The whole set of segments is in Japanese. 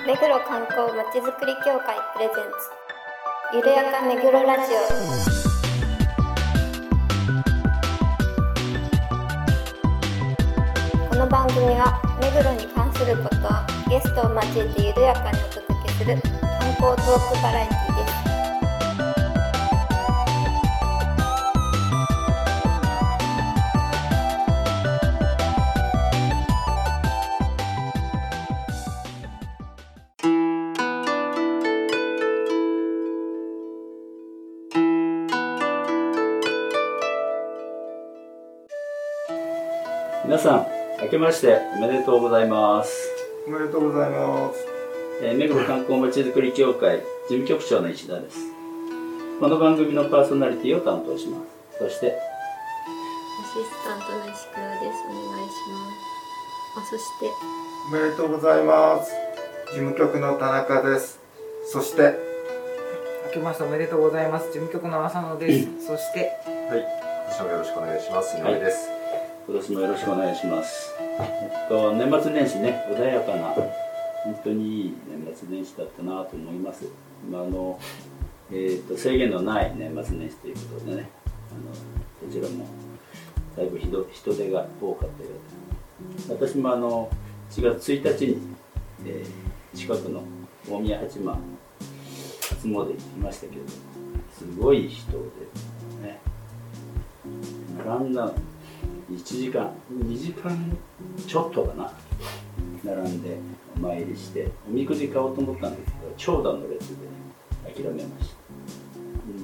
目黒観光まちづくり協会プレゼンツゆるやか目黒ラジオ。この番組は目黒に関することをゲストを交えてゆるやかにお届けする観光トークバラエティです。 皆さん、明けましておめでとうございます。 おめでとうございます。 目黒観光まちづくり協会事務局長の石田です。この番組のパーソナリティを担当します。そしてアシスタントの石倉です。お願いします。そしておめでとうございます。事務局の田中です。そして明けましておめでとうございます。事務局の浅野です。そしてはい、今年もよろしくお願いします。井上です。 今年もよろしくお願いします。年末年始ね、穏やかな本当にいい年末年始だったなと思います。制限のない年末年始ということでね、こちらもだいぶ人手が多かったようで、私も4月1日に、近くの大宮八幡初詣行きましたけれども、すごい人でね、並んだ1時間、2時間ちょっとかな、並んでお参りしておみくじ買おうと思ったんですけど、長蛇の列で諦めました。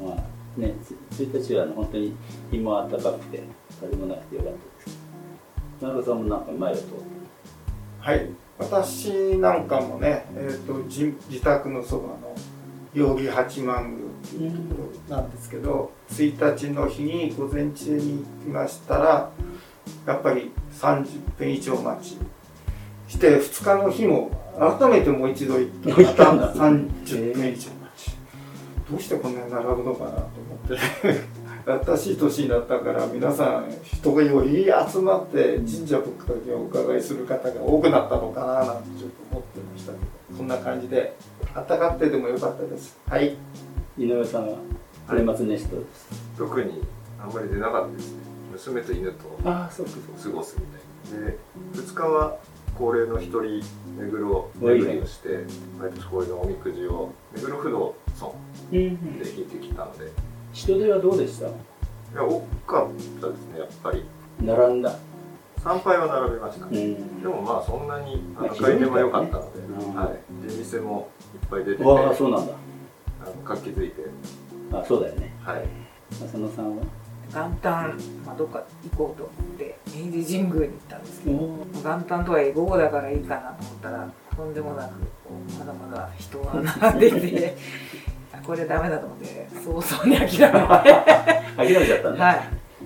まあね、1日は本当に日も暖かくて風もなくてよかったです。田中さんもなんか前を通って。 はい、私なんかもね、自宅のそばの代々木八幡宮というところなんですけど、1日の日に午前中に行きましたらやっぱり30分以上待ちして2日の日も改めてもう一度行ったらまた30分以上待ち、どうしてこんなに並ぶのかなと思って私年になったから皆さん人がより集まって神社仏閣をお伺いする方が多くなったのかななんてちょっと思ってましたけど、こんな感じで暖かってでもよかったです。はい。 井上さんは年末年始どうです？ 特にあんまり出なかったですね。娘と犬と過ごすみたいで、2日は恒例の一人目黒巡りをして、毎年恒例のおみくじを目黒不動尊で引いてきたので、 人手はどうでした？ いや、多かったですね、やっぱり。 並んだ。 参拝は並べました、でもまあそんなに回転は良かったので、はい、出店もいっぱい出てて、 そうなんだ。 活気づいて、 そうだよね。 はい。 浅野さんは元旦、どっか行こうと思って明治神宮に行ったんですけど、元旦とはいえ午後だからいいかなと思ったら、とんでもなくまだまだ人が並んでてこれダメだと思って早々に諦めて諦めちゃったね。 はい。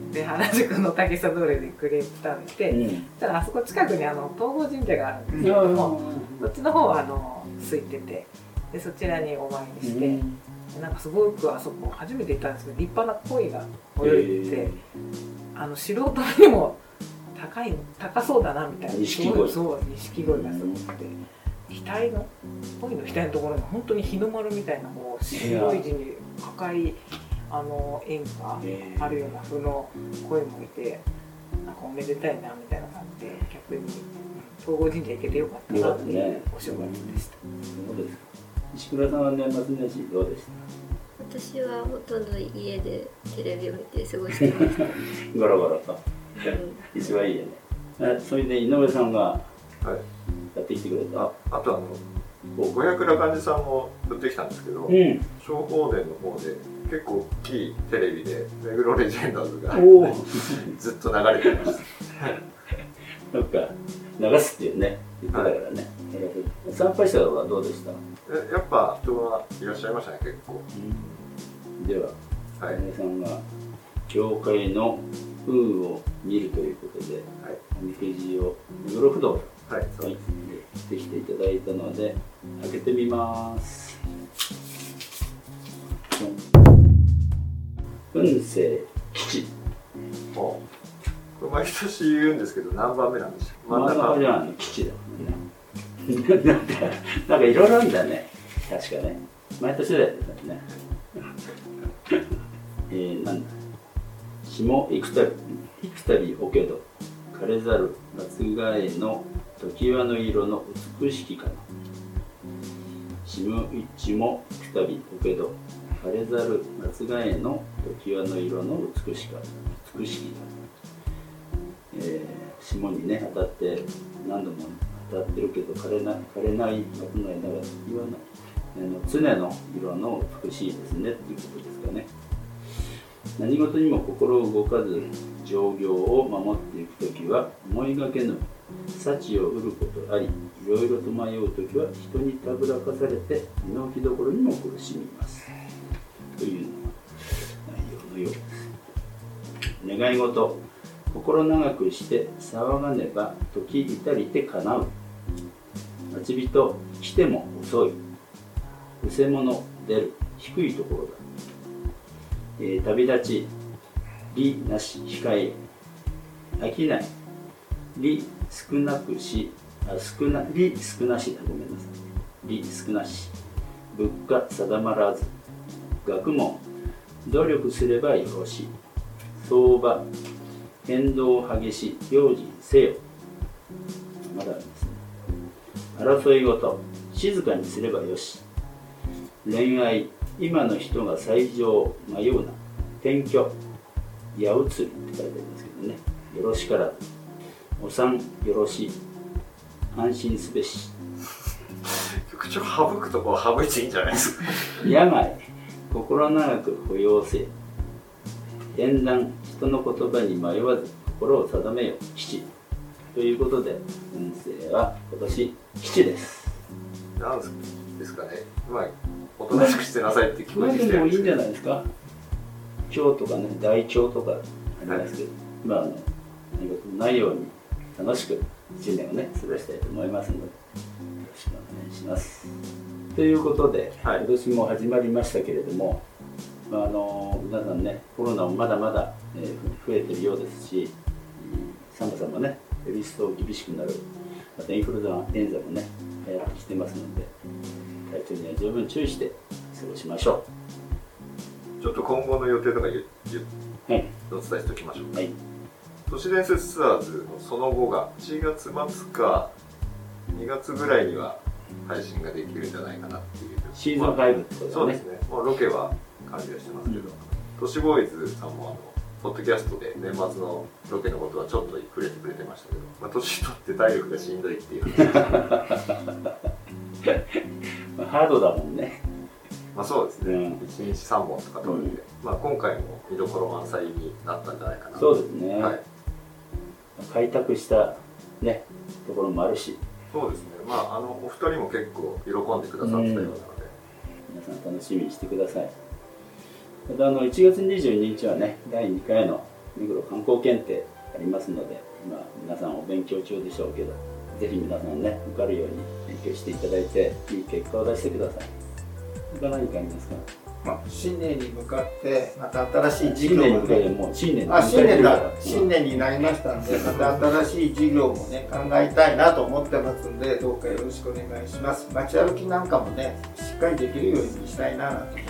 で、原宿の竹下通りでクレープ食べて、ただあそこ近くに東郷神社があるんですけども、そっちの方は空いてて、でそちらにお参りして、なんかすごくあそこ初めて行ったんですけど、立派な鯉が泳いでて、素人にも高そうだなみたいな、 錦鯉、 そう錦鯉がすごくて、鯉の額のところに本当に日の丸みたいな白い字に赤い円があるような風の鯉もいて、なんかおめでたいなみたいな感じで、逆に東郷神社行けてよかったなっていうお正月でした。 そうですか。石倉さんは年末年始どうでした？ 私はほとんど家でテレビを見て過ごしてました。 ゴロゴロと。一番いいよね。それで井上さんがやってきてくれた。 あと五百羅漢寺さんも売ってきたんですけど、正法殿の方で結構大きいテレビで目黒レジェンダーズがずっと流れてました。 なんか流すっていうね、言ってたからね。参拝者はどうでした？ やっぱ人がいらっしゃいましたね、結構。 では、井上さんが教会の運を見るということで、おみくじを目黒不動産でできていただいたので開けてみます。運勢吉。 これ毎年言うんですけど、何番目なんでしょう？ 真ん中じゃないの、吉だもんね。 なんかいろいろあるんだね、確かね。毎年だよね。なんだ、下幾度おけど、枯れざる松がえの常盤の色の美しきかな。下幾度おけど、枯れざる松がえの常盤の色の美しきかな。霜にね当たって何度も当たってるけど枯れない松の枝が言わない常の色の美しいですねっていうことですかね。何事にも心動かず常行を守っていくときは思いがけぬ幸を得ることあり、いろいろと迷うときは人にたぶらかされて身の置きどころにも苦しみますという内容のようです。願い事、心長くして騒がねば時至りて叶う。待ち人来ても遅い。うせ者出る低いところだ。旅立ち利なし控え飽きない利少なくし利少なしだ、ごめんなさい。利少なし物価定まらず学問努力すればよろしい。相場変動激し用心せよ。まだありますね。争いごと静かにすればよし。恋愛今の人が最上迷うな。転居矢移りって書いてありますけどね。よろしからずお産よろしい。安心すべし。 局長省くとこは省いていいんじゃないですか。 病心長く保養せ。縁談人の言葉に迷わず心を定めよ吉ということで、運勢は今年吉です。 なんですかね。まあおとなしくしてなさいって気持ちしてるんですけど。 でもいいんじゃないですか。腸とかね、大腸とかありますけど、何事もないように楽しく1年をね過ごしたいと思いますので、よろしくお願いします。ということで、今年も始まりましたけれども、皆さんね、コロナもまだまだ、増えてるようですし、サンバさんもね、より一層厳しくなる、またインフルエンザもね、流行ってきてますので、体調には十分注意して過ごしましょう。ちょっと今後の予定とかお伝えしておきましょう。はい、都市伝説ツアーズのその後が1月末か2月ぐらいには配信ができるんじゃないかなっていう。 シーズン5ってことですね。 そうですね。もうロケは完了してますけど、都市ボーイズさんもポッドキャストで年末のロケのことはちょっと触れてくれてましたけど、年取って体力がしんどいっていう話ハードだもんね。 そうですね、1日3本とか撮るんで、今回も見どころ満載になったんじゃないかな。 そうですね、開拓したねところもあるし。 そうですね、お二人も結構喜んでくださったようなので、 皆さん楽しみにしてください。また1月22日はね、第2回の目黒観光検定ありますので、今皆さんお勉強中でしょうけど、ぜひ皆さんね、受かるように勉強していただいて、いい結果を出してください。他何かありますか？ 新年に向かってまた新しい事業もね、新年になりましたんで、また新しい事業もね考えたいなと思ってますんで、どうかよろしくお願いします。街歩きなんかもねしっかりできるようにしたいなと思います。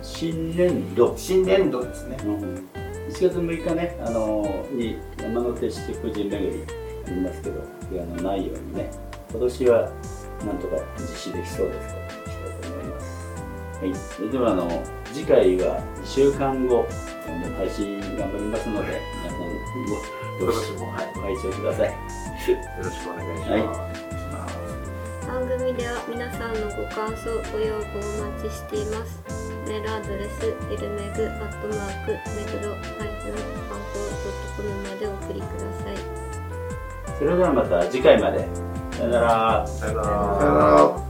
新年度ですね、 1月6日ね、に山手七福神巡りありますけど、ないようにね、今年はなんとか実施できそうですから、はい、それでは次回は2週間後配信頑張りますので、皆さんご拝聴ください。よろしくお願いします。 番組では皆さんのご感想、ご要望をお待ちしています。メールアドレスイルメグ@目黒観光.com までお送りください。 それではまた次回まで。さよなら。 さよなら。